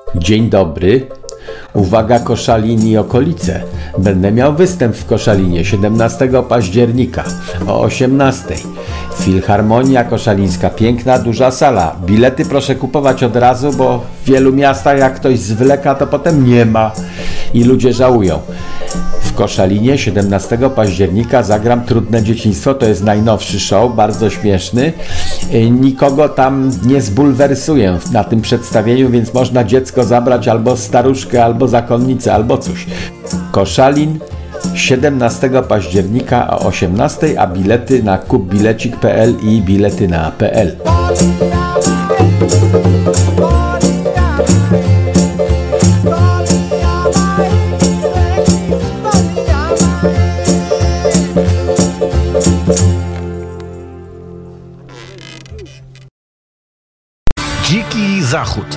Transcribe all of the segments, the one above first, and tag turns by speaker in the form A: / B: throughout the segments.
A: Dzień dobry. Uwaga, Koszalin i okolice. Będę miał występ w Koszalinie 17 października o 18. Filharmonia Koszalińska, piękna, duża sala. Bilety proszę kupować od razu, bo w wielu miastach jak ktoś zwleka, to potem nie ma i ludzie żałują. W Koszalinie 17 października zagram Trudne dzieciństwo, to jest najnowszy show, bardzo śmieszny. Nikogo tam nie zbulwersuję na tym przedstawieniu, więc można dziecko zabrać albo staruszkę, albo zakonnicę, albo coś. Koszalin 17 października o 18, a bilety na kupbilecik.pl i biletyna.pl.
B: Dziki Zachód.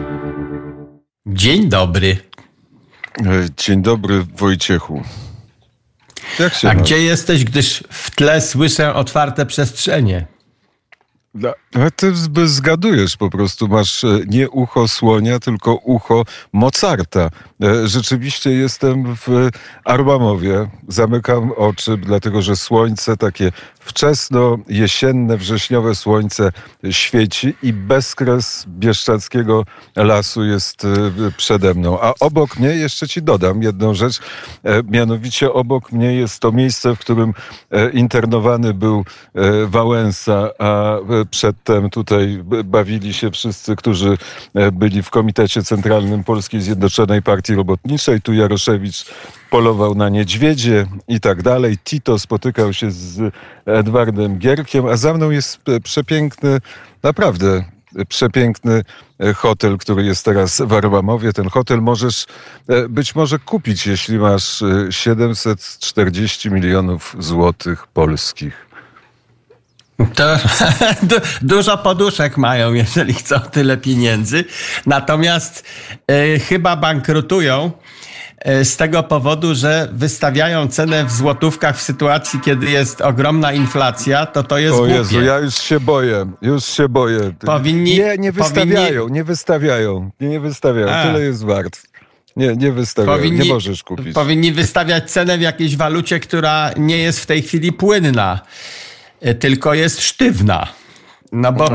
A: Dzień dobry.
C: Dzień dobry, Wojciechu. Jak się masz?
A: Gdzie jesteś, gdyż w tle słyszę otwarte przestrzenie?
C: Ty zgadujesz po prostu, masz nie ucho słonia, tylko ucho Mozarta. Rzeczywiście jestem w Arłamowie, zamykam oczy, dlatego że słońce, takie wczesno jesienne, wrześniowe słońce świeci i bezkres bieszczadzkiego lasu jest przede mną. A obok mnie, jeszcze ci dodam jedną rzecz, mianowicie obok mnie jest to miejsce, w którym internowany był Wałęsa, a przedtem tutaj bawili się wszyscy, którzy byli w Komitecie Centralnym Polskiej Zjednoczonej Partii Robotniczej. Tu Jaroszewicz polował na niedźwiedzie i tak dalej. Tito spotykał się z Edwardem Gierkiem, a za mną jest przepiękny, naprawdę przepiękny hotel, który jest teraz w Arłamowie. Ten hotel możesz być może kupić, jeśli masz 740 milionów złotych polskich.
A: To dużo poduszek mają, jeżeli chcą tyle pieniędzy. Natomiast chyba bankrutują z tego powodu, że wystawiają cenę w złotówkach w sytuacji, kiedy jest ogromna inflacja, to jest głupie.
C: Jezu, ja już się boję. Nie wystawiają. Tyle jest wart. Nie wystawiają, nie możesz kupić.
A: Powinni wystawiać cenę w jakiejś walucie, która nie jest w tej chwili płynna, tylko jest sztywna. No bo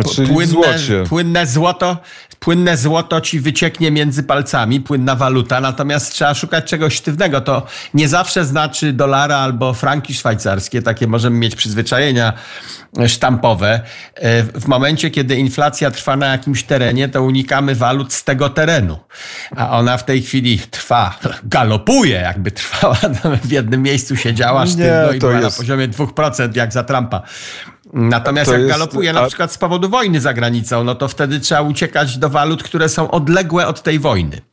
A: płynne złoto ci wycieknie między palcami, płynna waluta, natomiast trzeba szukać czegoś sztywnego. To nie zawsze znaczy dolara albo franki szwajcarskie, takie możemy mieć przyzwyczajenia sztampowe. W momencie, kiedy inflacja trwa na jakimś terenie, to unikamy walut z tego terenu. A ona w tej chwili galopuje, jakby trwała, w jednym miejscu siedziała sztywno i była na poziomie 2%, jak za Trumpa. Natomiast jak galopuje na przykład z powodu wojny za granicą, no to wtedy trzeba uciekać do walut, które są odległe od tej wojny.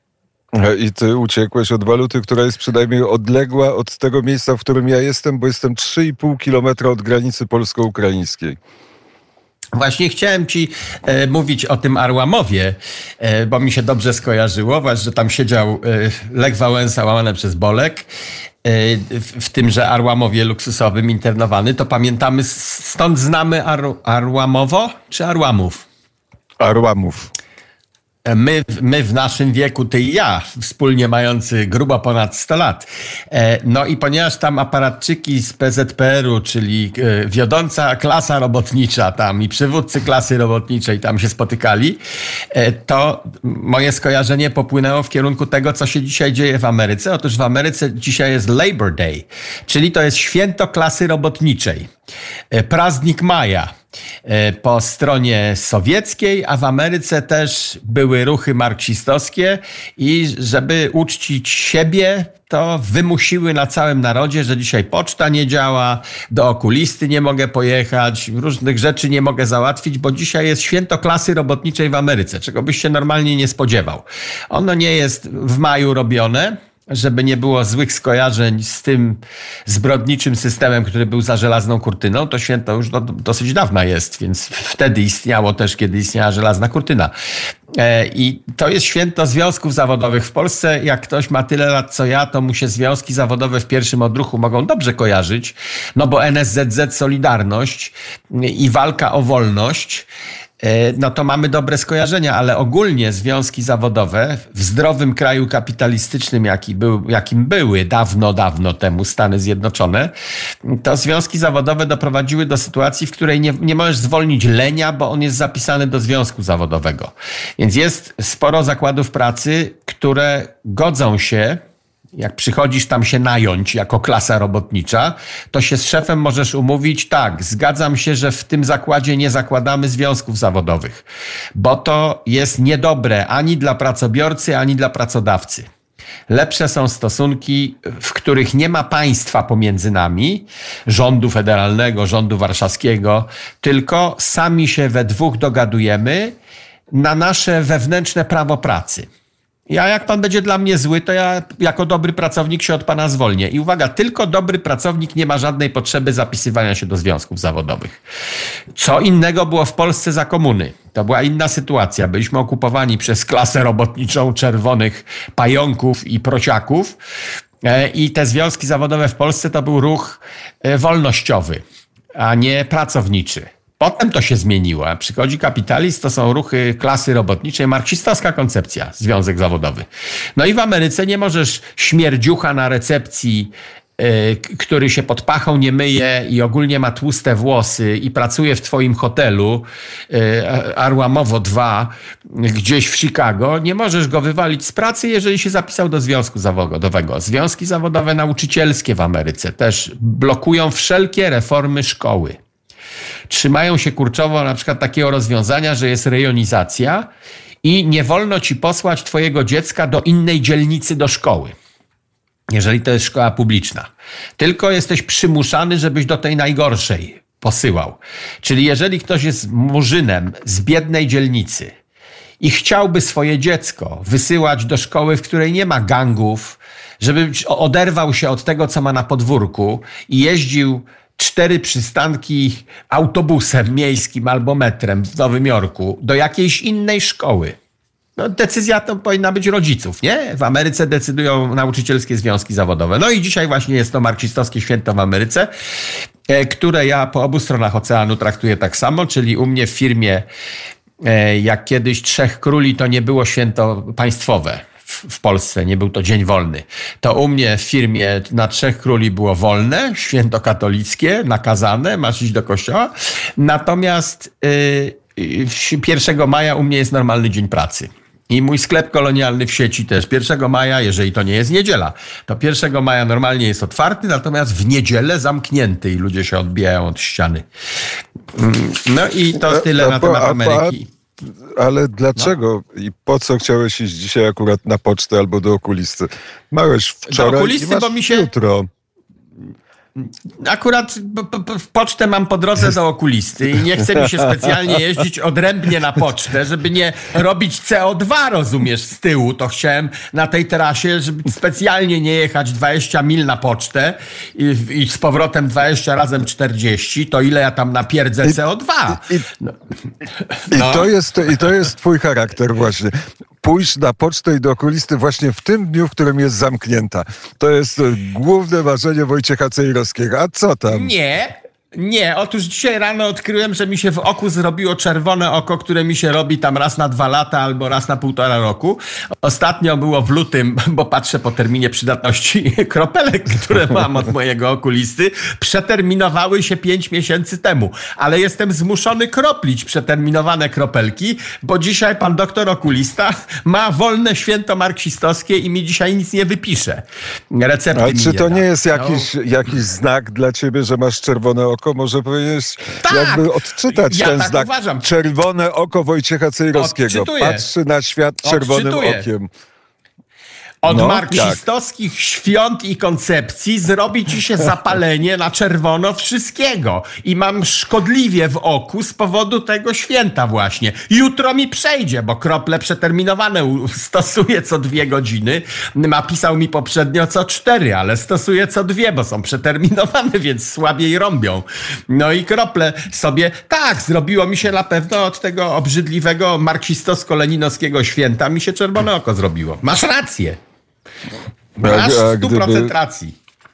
C: I ty uciekłeś od waluty, która jest przynajmniej odległa od tego miejsca, w którym ja jestem, bo jestem 3,5 kilometra od granicy polsko-ukraińskiej.
A: Właśnie chciałem ci mówić o tym Arłamowie, bo mi się dobrze skojarzyło, że tam siedział Lech Wałęsa łamane przez Bolek, w tymże Arłamowie luksusowym internowany. To pamiętamy, stąd znamy Arłamowo czy Arłamów?
C: Arłamów.
A: My w naszym wieku, ty i ja, wspólnie mający grubo ponad 100 lat. No i ponieważ tam aparatczyki z PZPR-u, czyli wiodąca klasa robotnicza tam i przywódcy klasy robotniczej tam się spotykali, to moje skojarzenie popłynęło w kierunku tego, co się dzisiaj dzieje w Ameryce. Otóż w Ameryce dzisiaj jest Labor Day, czyli to jest święto klasy robotniczej. Praznik Maja po stronie sowieckiej, a w Ameryce też były ruchy marksistowskie i żeby uczcić siebie, to wymusiły na całym narodzie, że dzisiaj poczta nie działa, do okulisty nie mogę pojechać, różnych rzeczy nie mogę załatwić, bo dzisiaj jest święto klasy robotniczej w Ameryce, czego byś się normalnie nie spodziewał. Ono nie jest w maju robione, żeby nie było złych skojarzeń z tym zbrodniczym systemem, który był za żelazną kurtyną. To święto już dosyć dawno jest, więc wtedy istniało też, kiedy istniała żelazna kurtyna. I to jest święto związków zawodowych. W Polsce, jak ktoś ma tyle lat co ja, to mu się związki zawodowe w pierwszym odruchu mogą dobrze kojarzyć, no bo NSZZ Solidarność i walka o wolność no to mamy dobre skojarzenia, ale ogólnie związki zawodowe w zdrowym kraju kapitalistycznym, jakim były dawno temu Stany Zjednoczone, to związki zawodowe doprowadziły do sytuacji, w której nie możesz zwolnić lenia, bo on jest zapisany do związku zawodowego. Więc jest sporo zakładów pracy, które godzą się, jak przychodzisz tam się nająć jako klasa robotnicza, to się z szefem możesz umówić, tak, zgadzam się, że w tym zakładzie nie zakładamy związków zawodowych, bo to jest niedobre ani dla pracobiorcy, ani dla pracodawcy. Lepsze są stosunki, w których nie ma państwa pomiędzy nami, rządu federalnego, rządu warszawskiego, tylko sami się we dwóch dogadujemy na nasze wewnętrzne prawo pracy. Jak pan będzie dla mnie zły, to ja jako dobry pracownik się od pana zwolnię. I uwaga, tylko dobry pracownik nie ma żadnej potrzeby zapisywania się do związków zawodowych. Co innego było w Polsce za komuny. To była inna sytuacja. Byliśmy okupowani przez klasę robotniczą czerwonych pająków i prosiaków. I te związki zawodowe w Polsce to był ruch wolnościowy, a nie pracowniczy. Potem to się zmieniło. Przychodzi kapitalizm, to są ruchy klasy robotniczej, marksistowska koncepcja, związek zawodowy. No i w Ameryce nie możesz śmierdziucha na recepcji, który się pod pachą nie myje i ogólnie ma tłuste włosy i pracuje w twoim hotelu Arłamowo 2 gdzieś w Chicago, nie możesz go wywalić z pracy, jeżeli się zapisał do związku zawodowego. Związki zawodowe nauczycielskie w Ameryce też blokują wszelkie reformy szkoły. Trzymają się kurczowo na przykład takiego rozwiązania, że jest rejonizacja i nie wolno ci posłać twojego dziecka do innej dzielnicy do szkoły, jeżeli to jest szkoła publiczna. Tylko jesteś przymuszany, żebyś do tej najgorszej posyłał. Czyli jeżeli ktoś jest murzynem z biednej dzielnicy i chciałby swoje dziecko wysyłać do szkoły, w której nie ma gangów, żeby oderwał się od tego, co ma na podwórku i jeździł 4 przystanki autobusem miejskim albo metrem w Nowym Jorku do jakiejś innej szkoły. No, decyzja to powinna być rodziców, nie? W Ameryce decydują nauczycielskie związki zawodowe. No i dzisiaj właśnie jest to marksistowskie święto w Ameryce, które ja po obu stronach oceanu traktuję tak samo, czyli u mnie w firmie, jak kiedyś Trzech Króli, to nie było święto państwowe. W Polsce nie był to dzień wolny. To u mnie w firmie na Trzech Króli było wolne, święto katolickie, nakazane, masz iść do kościoła. Natomiast 1 maja u mnie jest normalny dzień pracy. I mój sklep kolonialny w sieci też 1 maja, jeżeli to nie jest niedziela, to 1 maja normalnie jest otwarty, natomiast w niedzielę zamknięty i ludzie się odbijają od ściany. No i to tyle na temat Ameryki.
C: Ale dlaczego i po co chciałeś iść dzisiaj akurat na pocztę albo do okulisty? Małeś wczoraj do okulisty, i masz bo mi się jutro.
A: Akurat w pocztę mam po drodze do okulisty i nie chce mi się specjalnie jeździć odrębnie na pocztę, żeby nie robić CO2, rozumiesz, z tyłu. To chciałem na tej trasie, żeby specjalnie nie jechać 20 mil na pocztę i z powrotem 20 razem 40, to ile ja tam napierdzę CO2.
C: I to jest twój charakter właśnie. Pójść na pocztę i do okulisty właśnie w tym dniu, w którym jest zamknięta. To jest główne marzenie Wojciecha Cejrowskiego. A co tam?
A: Nie, otóż dzisiaj rano odkryłem, że mi się w oku zrobiło czerwone oko, które mi się robi tam raz na 2 lata albo raz na 1,5 roku. Ostatnio było w lutym, bo patrzę po terminie przydatności kropelek, które mam od mojego okulisty. Przeterminowały się 5 miesięcy temu, ale jestem zmuszony kroplić przeterminowane kropelki, bo dzisiaj pan doktor okulista ma wolne święto marksistowskie i mi dzisiaj nic nie wypisze. Recepty
C: ale czy to nie jest jakiś znak dla ciebie, że masz czerwone oko? Może powinieneś jakby odczytać ten tak znak. Uważam. Czerwone oko Wojciecha Cejrowskiego. Patrzy na świat czerwonym okiem.
A: Od marksistowskich świąt i koncepcji zrobi ci się zapalenie na czerwono wszystkiego. I mam szkodliwie w oku z powodu tego święta właśnie. Jutro mi przejdzie, bo krople przeterminowane stosuję co 2 godziny. Napisał mi poprzednio co 4, ale stosuję co 2, bo są przeterminowane, więc słabiej rąbią. No i krople sobie, tak, zrobiło mi się na pewno od tego obrzydliwego marksistowsko-leninowskiego święta mi się czerwone oko zrobiło. Masz rację. Masz 100% racji.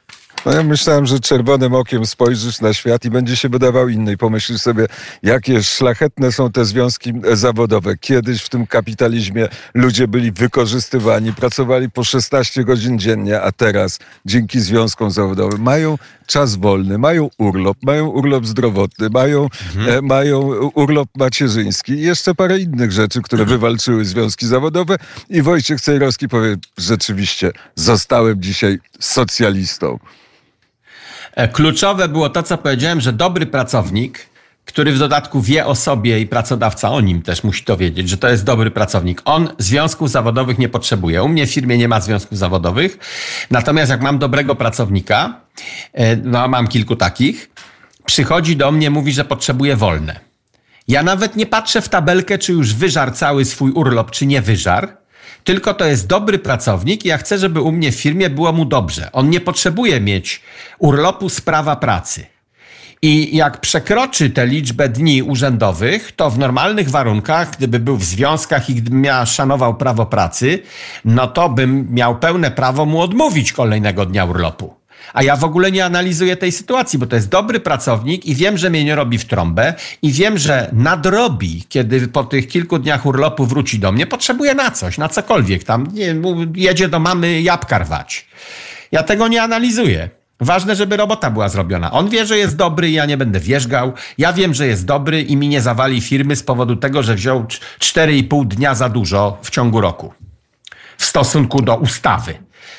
C: No ja myślałem, że czerwonym okiem spojrzysz na świat i będzie się wydawał inny. I pomyślisz sobie, jakie szlachetne są te związki zawodowe. Kiedyś w tym kapitalizmie ludzie byli wykorzystywani, pracowali po 16 godzin dziennie, a teraz dzięki związkom zawodowym mają czas wolny, mają urlop zdrowotny, mają urlop macierzyński i jeszcze parę innych rzeczy, które wywalczyły związki zawodowe. I Wojciech Cejrowski powie, rzeczywiście, zostałem dzisiaj socjalistą.
A: Kluczowe było to, co powiedziałem, że dobry pracownik, który w dodatku wie o sobie i pracodawca o nim też musi to wiedzieć, że to jest dobry pracownik. On związków zawodowych nie potrzebuje. U mnie w firmie nie ma związków zawodowych. Natomiast jak mam dobrego pracownika, no mam kilku takich, przychodzi do mnie, mówi, że potrzebuje wolne. Ja nawet nie patrzę w tabelkę, czy już wyżarł cały swój urlop, czy nie wyżarł. Tylko to jest dobry pracownik i ja chcę, żeby u mnie w firmie było mu dobrze. On nie potrzebuje mieć urlopu z prawa pracy. I jak przekroczy tę liczbę dni urzędowych, to w normalnych warunkach, gdyby był w związkach i gdybym ja szanował prawo pracy, no to bym miał pełne prawo mu odmówić kolejnego dnia urlopu. A ja w ogóle nie analizuję tej sytuacji, bo to jest dobry pracownik i wiem, że mnie nie robi w trąbę i wiem, że nadrobi, kiedy po tych kilku dniach urlopu wróci do mnie, potrzebuje na coś, na cokolwiek tam, nie, jedzie do mamy jabłka rwać. Ja tego nie analizuję. Ważne, żeby robota była zrobiona. On wie, że jest dobry i ja nie będę wierzgał. Ja wiem, że jest dobry i mi nie zawali firmy z powodu tego, że wziął 4,5 dnia za dużo w ciągu roku. W stosunku do ustawy.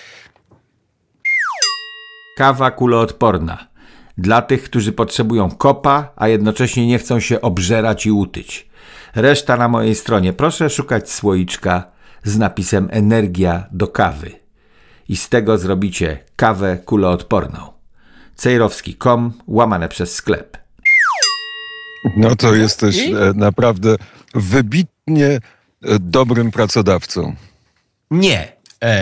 A: Kawa kuloodporna. Dla tych, którzy potrzebują kopa, a jednocześnie nie chcą się obżerać i utyć. Reszta na mojej stronie. Proszę szukać słoiczka z napisem energia do kawy. I z tego zrobicie kawę kuloodporną. cejrowski.com/sklep.
C: No to jesteś naprawdę wybitnie dobrym pracodawcą.
A: Nie.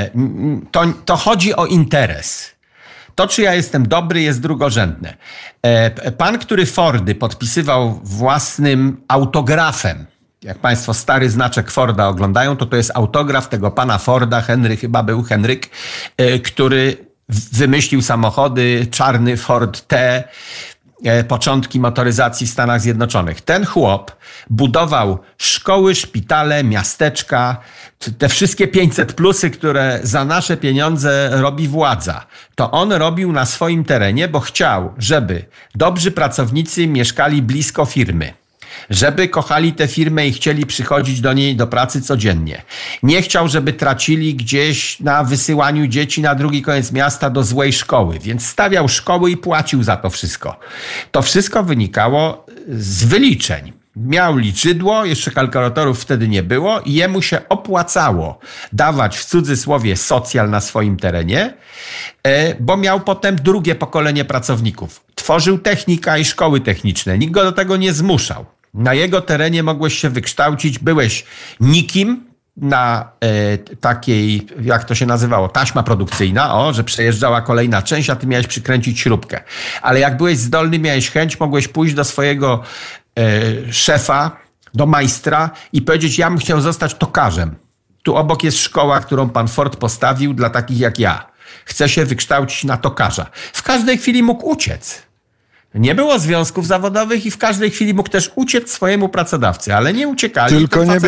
A: To chodzi o interes. To, czy ja jestem dobry, jest drugorzędne. Pan, który Fordy podpisywał własnym autografem, jak państwo stary znaczek Forda oglądają, to jest autograf tego pana Forda, Henryk, który wymyślił samochody, czarny Ford T, początki motoryzacji w Stanach Zjednoczonych. Ten chłop budował szkoły, szpitale, miasteczka, te wszystkie 500+, które za nasze pieniądze robi władza. To on robił na swoim terenie, bo chciał, żeby dobrzy pracownicy mieszkali blisko firmy. Żeby kochali tę firmę i chcieli przychodzić do niej do pracy codziennie. Nie chciał, żeby tracili gdzieś na wysyłaniu dzieci na drugi koniec miasta do złej szkoły, więc stawiał szkoły i płacił za to wszystko. To wszystko wynikało z wyliczeń. Miał liczydło, jeszcze kalkulatorów wtedy nie było i jemu się opłacało dawać w cudzysłowie socjal na swoim terenie, bo miał potem drugie pokolenie pracowników. Tworzył technika i szkoły techniczne. Nikt go do tego nie zmuszał. Na jego terenie mogłeś się wykształcić, byłeś nikim na takiej, jak to się nazywało, taśma produkcyjna, że przejeżdżała kolejna część, a ty miałeś przykręcić śrubkę. Ale jak byłeś zdolny, miałeś chęć, mogłeś pójść do swojego szefa, do majstra i powiedzieć, ja bym chciał zostać tokarzem. Tu obok jest szkoła, którą pan Ford postawił dla takich jak ja. Chcę się wykształcić na tokarza. W każdej chwili mógł uciec. Nie było związków zawodowych i w każdej chwili mógł też uciec swojemu pracodawcy, ale nie uciekali.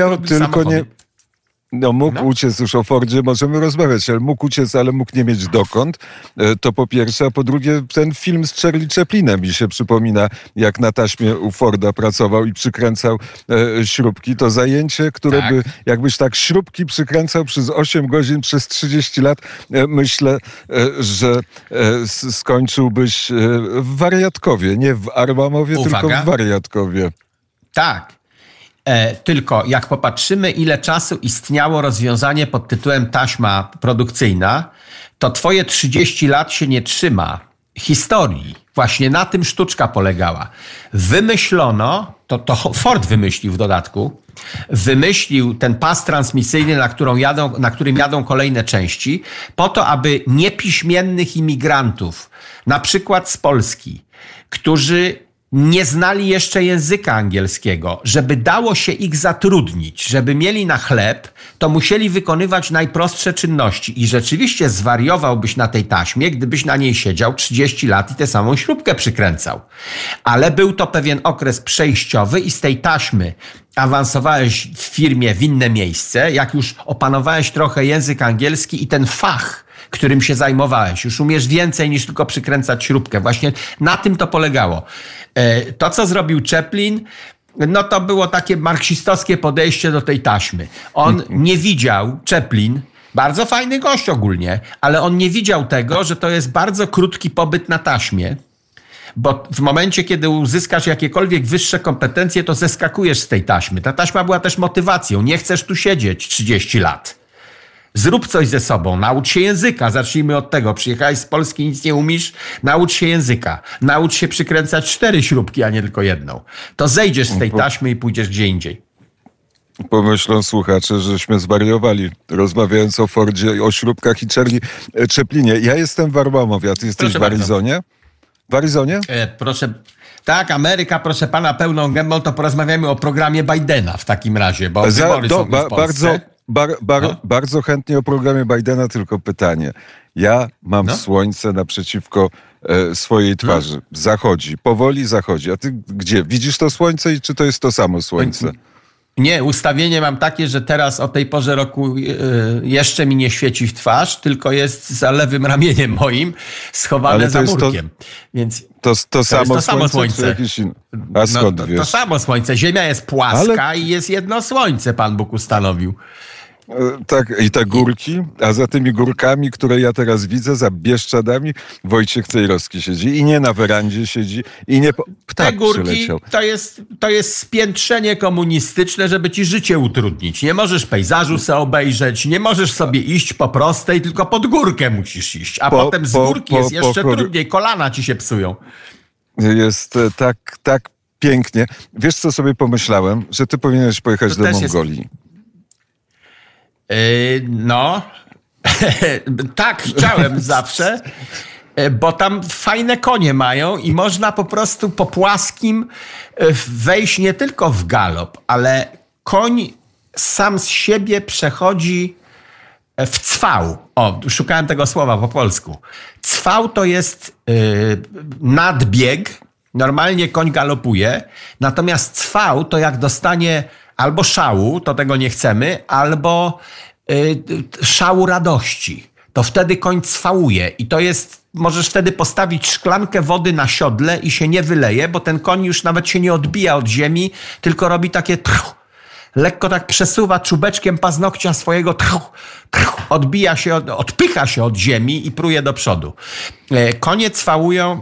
C: Mógł uciec, już o Fordzie możemy rozmawiać, ale mógł uciec, ale mógł nie mieć dokąd. To po pierwsze, a po drugie ten film z Charlie Chaplinem mi się przypomina, jak na taśmie u Forda pracował i przykręcał śrubki. To zajęcie, które by, jakbyś tak śrubki przykręcał przez 8 godzin, przez 30 lat, myślę, że skończyłbyś w Wariatkowie. Nie w Arłamowie, tylko w Wariatkowie.
A: Tak. Tylko jak popatrzymy, ile czasu istniało rozwiązanie pod tytułem taśma produkcyjna, to twoje 30 lat się nie trzyma historii. Właśnie na tym sztuczka polegała. Wymyślono, to Ford wymyślił w dodatku, wymyślił ten pas transmisyjny, na którym jadą kolejne części, po to, aby niepiśmiennych imigrantów, na przykład z Polski, którzy nie znali jeszcze języka angielskiego. Żeby dało się ich zatrudnić, żeby mieli na chleb, to musieli wykonywać najprostsze czynności. I rzeczywiście zwariowałbyś na tej taśmie, gdybyś na niej siedział 30 lat i tę samą śrubkę przykręcał. Ale był to pewien okres przejściowy i z tej taśmy awansowałeś w firmie w inne miejsce, jak już opanowałeś trochę język angielski i ten fach, którym się zajmowałeś. Już umiesz więcej niż tylko przykręcać śrubkę. Właśnie na tym to polegało. To, co zrobił Chaplin, no to było takie marksistowskie podejście do tej taśmy. On nie widział, Chaplin, bardzo fajny gość ogólnie, ale on nie widział tego, że to jest bardzo krótki pobyt na taśmie, bo w momencie, kiedy uzyskasz jakiekolwiek wyższe kompetencje, to zeskakujesz z tej taśmy. Ta taśma była też motywacją. Nie chcesz tu siedzieć 30 lat. Zrób coś ze sobą, naucz się języka. Zacznijmy od tego. Przyjechałeś z Polski, nic nie umiesz, naucz się języka. Naucz się przykręcać 4 śrubki, a nie tylko jedną. To zejdziesz z tej taśmy i pójdziesz gdzie indziej.
C: Pomyślą słuchacze, żeśmy zwariowali, rozmawiając o Fordzie, o śrubkach i Charlie Chaplinie. Ja jestem w Arbamowie, a ty jesteś w Arizonie? W Arizonie?
A: Proszę... Tak, Ameryka, proszę pana, pełną gębą, to porozmawiamy o programie Bidena w takim razie, bo wybory są w Polsce.
C: Bardzo chętnie o programie Bidena, tylko pytanie. Ja mam słońce naprzeciwko swojej twarzy. Zachodzi, powoli zachodzi. A ty gdzie? Widzisz to słońce i czy to jest to samo słońce?
A: Nie, ustawienie mam takie, że teraz o tej porze roku jeszcze mi nie świeci w twarz, tylko jest za lewym ramieniem moim schowane za murkiem. Więc
C: to samo słońce. A skąd wiesz?
A: To samo słońce. Ziemia jest płaska i jest jedno słońce, Pan Bóg ustanowił.
C: Tak, i te górki, a za tymi górkami, które ja teraz widzę, za Bieszczadami, Wojciech Cejrowski siedzi i nie na werandzie siedzi i nie... Ptak
A: te górki
C: przyleciał.
A: To jest spiętrzenie komunistyczne, żeby ci życie utrudnić. Nie możesz pejzażu sobie obejrzeć, nie możesz sobie iść po prostej, tylko pod górkę musisz iść, a potem z górki jest jeszcze trudniej, kolana ci się psują.
C: Jest tak pięknie. Wiesz, co sobie pomyślałem? Że ty powinieneś pojechać do Mongolii.
A: No, tak chciałem zawsze, bo tam fajne konie mają i można po prostu po płaskim wejść nie tylko w galop, ale koń sam z siebie przechodzi w cwał. O, szukałem tego słowa po polsku. Cwał to jest nadbieg, normalnie koń galopuje, natomiast cwał to jak dostanie albo szału, to tego nie chcemy, albo szału radości. To wtedy koń cwałuje i to jest, możesz wtedy postawić szklankę wody na siodle i się nie wyleje, bo ten koń już nawet się nie odbija od ziemi, tylko robi takie lekko tak przesuwa czubeczkiem paznokcia swojego, odbija się, odpycha się od ziemi i pruje do przodu. Konie cwałują.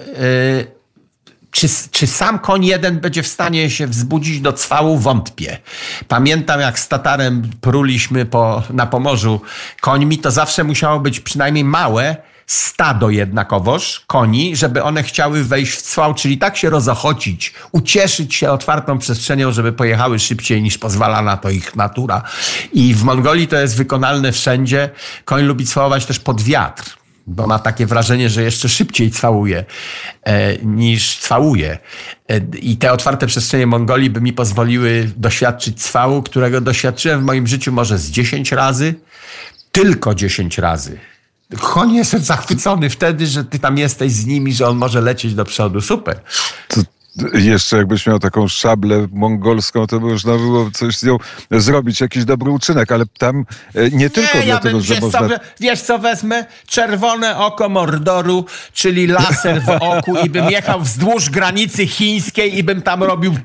A: Czy sam koń jeden będzie w stanie się wzbudzić do cwału? Wątpię. Pamiętam, jak z Tatarem pruliśmy na Pomorzu końmi, to zawsze musiało być przynajmniej małe stado jednakowoż koni, żeby one chciały wejść w cwał, czyli tak się rozochocić, ucieszyć się otwartą przestrzenią, żeby pojechały szybciej niż pozwala na to ich natura. I w Mongolii to jest wykonalne wszędzie. Koń lubi cwałować też pod wiatr, bo ma takie wrażenie, że jeszcze szybciej cwałuje niż cwałuje. I te otwarte przestrzenie Mongolii by mi pozwoliły doświadczyć cwału, którego doświadczyłem w moim życiu może z 10 razy. Tylko 10 razy. Koń jest zachwycony wtedy, że ty tam jesteś z nimi, że on może lecieć do przodu. Super.
C: Jeszcze jakbyś miał taką szablę mongolską, to by można było coś z nią zrobić, jakiś dobry uczynek, ale tam nie tylko dlatego, że można...
A: Wiesz co, wezmę czerwone oko Mordoru, czyli laser w oku i bym jechał wzdłuż granicy chińskiej i bym tam robił...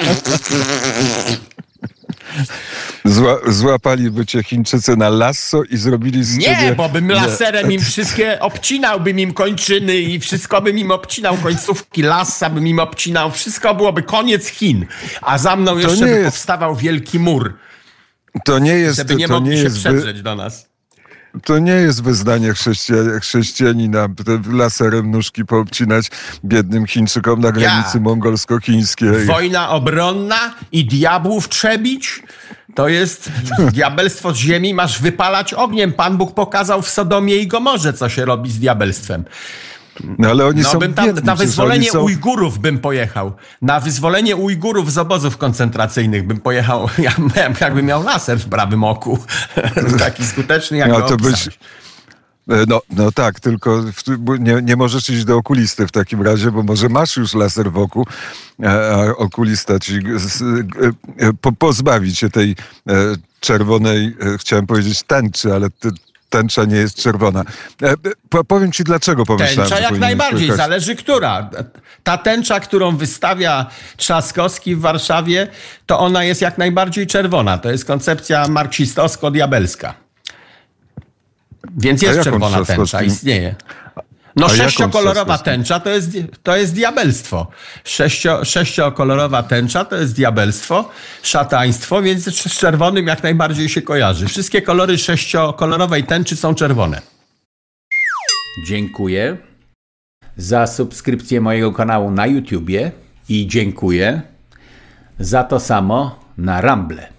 C: Złapaliby cię Chińczycy na lasso i zrobili z ciebie...
A: Nie, bo bym laserem im wszystkie obcinałbym im kończyny i wszystko bym im obcinał, końcówki lasa bym im obcinał, wszystko byłoby koniec Chin, a za mną jeszcze by powstawał wielki mur.
C: To nie jest...
A: Żeby nie mogli się przedrzeć do nas.
C: To nie jest wyznanie chrześcijanina, laserem nóżki poobcinać biednym Chińczykom na granicy mongolsko-chińskiej.
A: Wojna obronna i diabłów trzebić? To jest diabelstwo z ziemi, masz wypalać ogniem. Pan Bóg pokazał w Sodomie i Gomorze, co się robi z diabelstwem.
C: No ale oni są
A: bym tam
C: biedni,
A: na wyzwolenie
C: są...
A: Ujgurów bym pojechał. Na wyzwolenie Ujgurów z obozów koncentracyjnych bym pojechał. Jakbym miał laser w prawym oku. Taki skuteczny jak go opisać.
C: No tak, tylko nie możesz iść do okulisty w takim razie, bo może masz już laser w oku, a okulista ci pozbawi cię tej czerwonej, chciałem powiedzieć tęczy, ale tęcza nie jest czerwona. Powiem ci, dlaczego pomyślałem,
A: tęcza
C: że
A: jak najbardziej, zależy która. Ta tęcza, którą wystawia Trzaskowski w Warszawie, to ona jest jak najbardziej czerwona. To jest koncepcja marksistowsko-diabelska. Więc jest czerwona tęcza, istnieje. No sześciokolorowa tęcza to jest diabelstwo. Sześciokolorowa tęcza to jest diabelstwo, szataństwo, więc z czerwonym jak najbardziej się kojarzy. Wszystkie kolory sześciokolorowej tęczy są czerwone. Dziękuję za subskrypcję mojego kanału na YouTubie i dziękuję za to samo na Rumble.